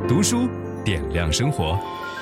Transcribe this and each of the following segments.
读书点亮生活。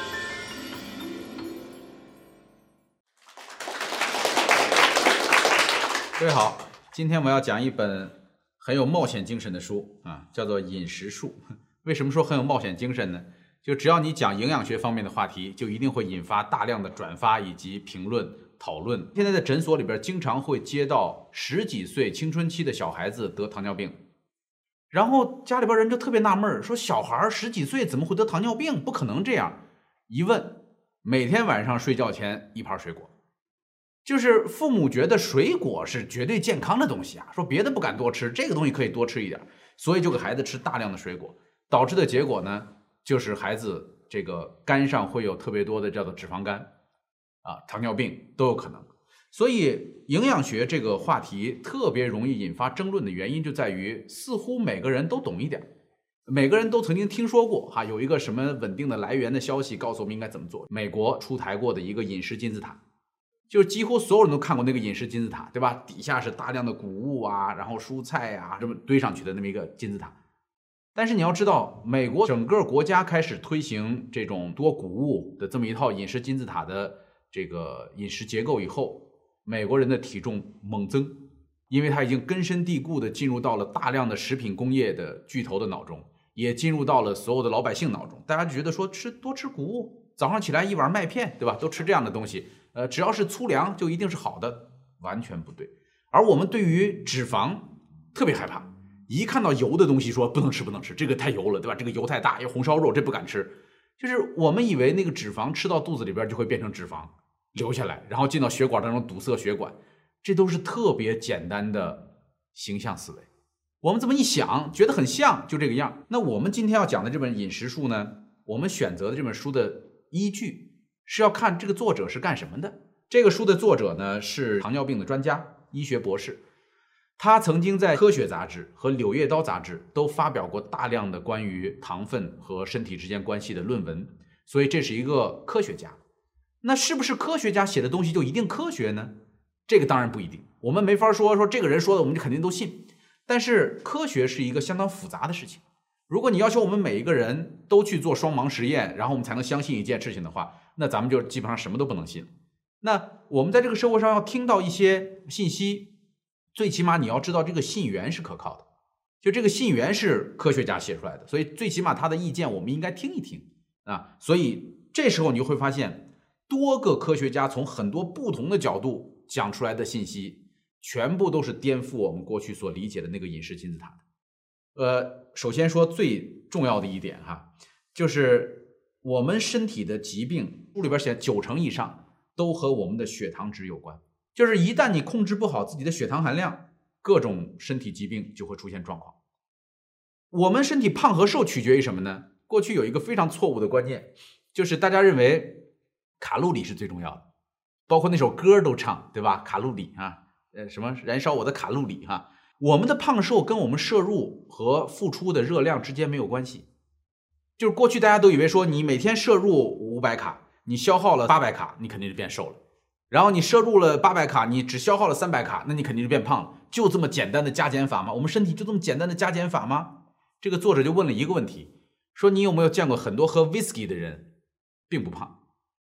各位好，今天我要讲一本很有冒险精神的书啊，叫做《饮食术》。为什么说很有冒险精神呢？就只要你讲营养学方面的话题，就一定会引发大量的转发以及评论讨论。现在在诊所里边经常会接到10几岁青春期的小孩子得糖尿病，然后家里边人就特别纳闷，说小孩10几岁怎么会得糖尿病？不可能这样。一问，每天晚上睡觉前1盘水果。就是父母觉得水果是绝对健康的东西啊，说别的不敢多吃，这个东西可以多吃一点，所以就给孩子吃大量的水果，导致的结果呢，就是孩子这个肝上会有特别多的叫做脂肪肝啊，糖尿病都有可能。所以营养学这个话题特别容易引发争论的原因就在于，似乎每个人都懂一点，每个人都曾经听说过哈，有一个什么稳定的来源的消息告诉我们应该怎么做。美国出台过的一个饮食金字塔，就是几乎所有人都看过那个饮食金字塔，对吧？底下是大量的谷物啊，然后蔬菜啊，这么堆上去的那么一个金字塔。但是你要知道，美国整个国家开始推行这种多谷物的这么一套饮食金字塔的这个饮食结构以后，美国人的体重猛增，因为它已经根深蒂固的进入到了大量的食品工业的巨头的脑中，也进入到了所有的老百姓脑中。大家觉得说多吃谷物，早上起来一碗麦片，对吧？都吃这样的东西。只要是粗粮就一定是好的，完全不对。而我们对于脂肪特别害怕，一看到油的东西说不能吃不能吃，这个太油了，对吧？这个油太大，有红烧肉这不敢吃。就是我们以为那个脂肪吃到肚子里边就会变成脂肪流下来，然后进到血管当中堵塞血管，这都是特别简单的形象思维。我们这么一想觉得很像，就这个样。那我们今天要讲的这本饮食术呢，我们选择的这本书的依据是要看这个作者是干什么的。这个书的作者呢是糖尿病的专家，医学博士，他曾经在科学杂志和柳叶刀杂志都发表过大量的关于糖分和身体之间关系的论文，所以这是一个科学家。那是不是科学家写的东西就一定科学呢？这个当然不一定，我们没法说这个人说的我们就肯定都信。但是科学是一个相当复杂的事情，如果你要求我们每一个人都去做双盲实验，然后我们才能相信一件事情的话，那咱们就基本上什么都不能信。那我们在这个社会上要听到一些信息，最起码你要知道这个信源是可靠的，就这个信源是科学家写出来的，所以最起码他的意见我们应该听一听啊。所以这时候你就会发现，多个科学家从很多不同的角度讲出来的信息，全部都是颠覆我们过去所理解的那个饮食金字塔的。首先说最重要的一点哈，就是我们身体的疾病，书里边写90%以上都和我们的血糖值有关。就是一旦你控制不好自己的血糖含量，各种身体疾病就会出现状况。我们身体胖和瘦取决于什么呢？过去有一个非常错误的观念，就是大家认为卡路里是最重要的，包括那首歌都唱，对吧？卡路里啊，什么燃烧我的卡路里哈。我们的胖瘦跟我们摄入和付出的热量之间没有关系。就是过去大家都以为说你每天摄入500卡，你消耗了800卡，你肯定就变瘦了。然后你摄入了800卡，你只消耗了300卡，那你肯定就变胖了。就这么简单的加减法吗？我们身体就这么简单的加减法吗？这个作者就问了一个问题，说你有没有见过很多喝 whisky 的人并不胖？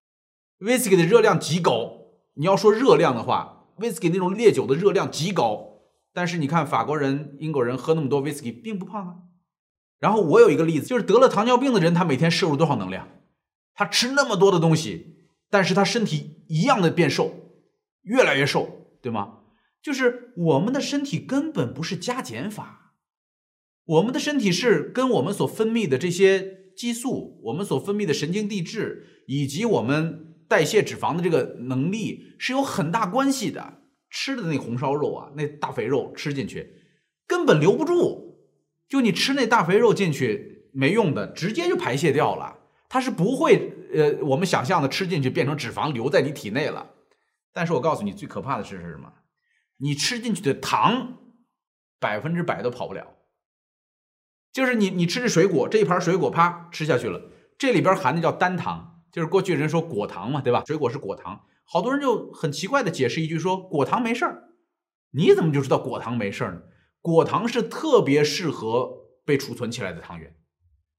whisky 的热量极高，你要说热量的话， whisky 那种烈酒的热量极高，但是你看法国人、英国人喝那么多 whisky 并不胖啊。然后我有一个例子，就是得了糖尿病的人，他每天摄入多少能量？他吃那么多的东西，但是他身体一样的变瘦，越来越瘦，对吗？就是我们的身体根本不是加减法，我们的身体是跟我们所分泌的这些激素，我们所分泌的神经递质，以及我们代谢脂肪的这个能力是有很大关系的。吃的那红烧肉啊，那大肥肉吃进去根本留不住，就你吃那大肥肉进去没用的，直接就排泄掉了，它是不会我们想象的吃进去变成脂肪留在你体内了。但是我告诉你最可怕的是什么？你吃进去的糖100%都跑不了。就是你吃这水果，这一盘水果啪吃下去了，这里边含的叫单糖，就是过去人说果糖嘛，对吧？水果是果糖，好多人就很奇怪的解释一句说果糖没事儿。你怎么就知道果糖没事儿呢？果糖是特别适合被储存起来的糖原，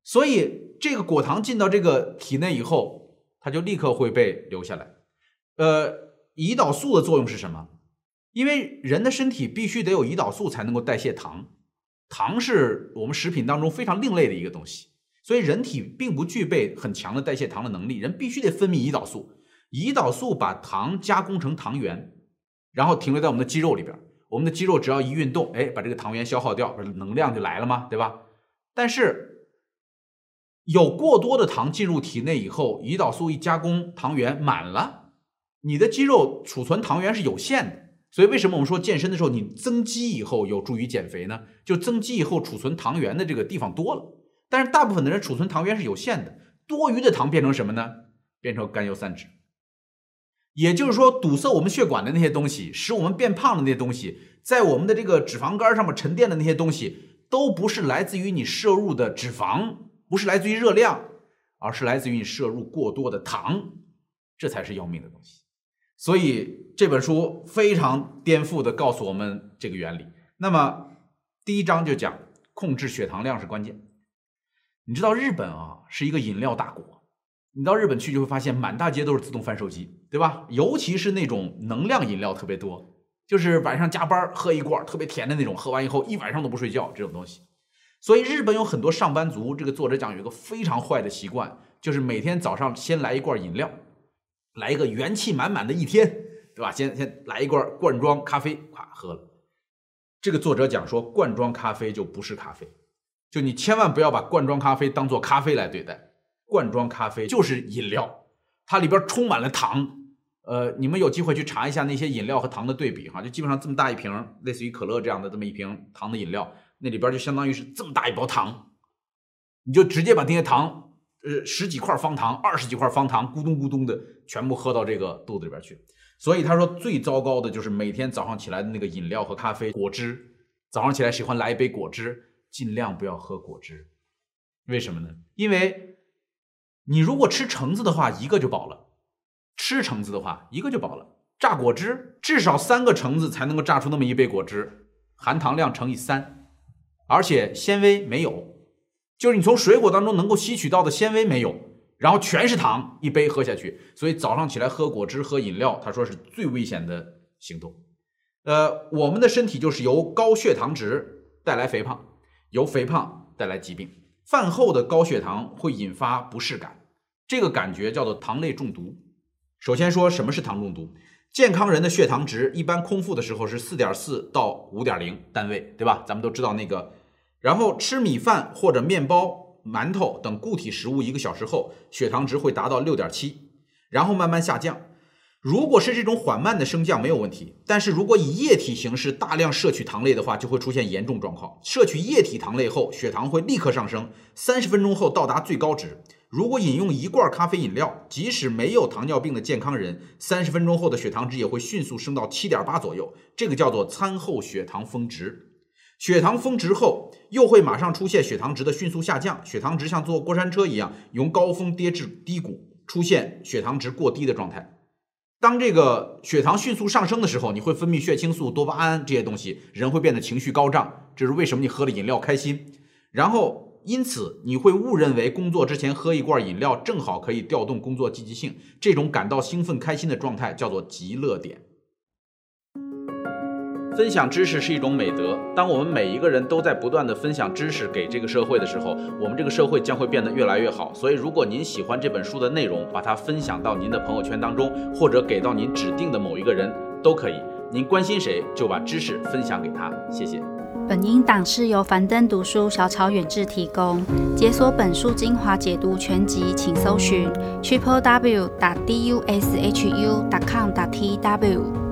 所以这个果糖进到这个体内以后，它就立刻会被留下来。胰岛素的作用是什么？因为人的身体必须得有胰岛素才能够代谢糖，糖是我们食品当中非常另类的一个东西，所以人体并不具备很强的代谢糖的能力，人必须得分泌胰岛素。胰岛素把糖加工成糖原，然后停留在我们的肌肉里边。我们的肌肉只要一运动，把这个糖原消耗掉，能量就来了嘛，对吧？但是有过多的糖进入体内以后，胰岛素一加工，糖原满了，你的肌肉储存糖原是有限的。所以为什么我们说健身的时候你增肌以后有助于减肥呢？就增肌以后储存糖原的这个地方多了，但是大部分的人储存糖原是有限的，多余的糖变成什么呢？变成甘油三酯。也就是说，堵塞我们血管的那些东西，使我们变胖的那些东西，在我们的这个脂肪肝上面沉淀的那些东西，都不是来自于你摄入的脂肪，不是来自于热量，而是来自于你摄入过多的糖，这才是要命的东西。所以这本书非常颠覆的告诉我们这个原理。那么第一章就讲控制血糖量是关键。你知道日本是一个饮料大国，你到日本去就会发现满大街都是自动贩售机，对吧？尤其是那种能量饮料特别多，就是晚上加班喝一罐特别甜的那种，喝完以后一晚上都不睡觉这种东西。所以日本有很多上班族，这个作者讲有一个非常坏的习惯，就是每天早上先来一罐饮料，来一个元气满满的一天，对吧？先来一罐罐装咖啡，喝了。这个作者讲说，罐装咖啡就不是咖啡，就你千万不要把罐装咖啡当作咖啡来对待。罐装咖啡就是饮料，它里边充满了糖。你们有机会去查一下那些饮料和糖的对比就基本上这么大一瓶，类似于可乐这样的这么一瓶糖的饮料，那里边就相当于是这么大一包糖，你就直接把那些糖10几块方糖20几块方糖咕咚咕咚的全部喝到这个肚子里边去。所以他说最糟糕的就是每天早上起来的那个饮料和咖啡，果汁，早上起来喜欢来一杯果汁，尽量不要喝果汁。为什么呢？因为你如果吃橙子的话一个就饱了，吃橙子的话一个就饱了，榨果汁至少3个橙子才能够榨出那么一杯果汁，含糖量乘以3，而且纤维没有，就是你从水果当中能够吸取到的纤维没有，然后全是糖，一杯喝下去。所以早上起来喝果汁喝饮料，他说是最危险的行动。我们的身体就是由高血糖值带来肥胖，由肥胖带来疾病。饭后的高血糖会引发不适感，这个感觉叫做糖类中毒。首先说什么是糖中毒？健康人的血糖值一般空腹的时候是 4.4 到 5.0 单位，对吧？咱们都知道那个。然后吃米饭或者面包、馒头等固体食物1个小时后，血糖值会达到 6.7， 然后慢慢下降。如果是这种缓慢的升降没有问题，但是如果以液体形式大量摄取糖类的话，就会出现严重状况。摄取液体糖类后，血糖会立刻上升，30分钟后到达最高值。如果饮用1罐咖啡饮料，即使没有糖尿病的健康人，30分钟后的血糖值也会迅速升到 7.8 左右，这个叫做餐后血糖峰值。血糖峰值后又会马上出现血糖值的迅速下降，血糖值像坐过山车一样由高峰跌至低谷，出现血糖值过低的状态。当这个血糖迅速上升的时候，你会分泌血清素、多巴胺这些东西，人会变得情绪高涨，这是为什么你喝了饮料开心。然后因此你会误认为工作之前喝一罐饮料正好可以调动工作积极性，这种感到兴奋开心的状态叫做极乐点。分享知识是一种美德，当我们每一个人都在不断的分享知识给这个社会的时候，我们这个社会将会变得越来越好。所以如果您喜欢这本书的内容，把它分享到您的朋友圈当中，或者给到您指定的某一个人都可以。您关心谁就把知识分享给他，谢谢。 本音档是由樊登读书小草远志提供。解锁本书精华解读全集，请搜寻 www.dushu.com.tw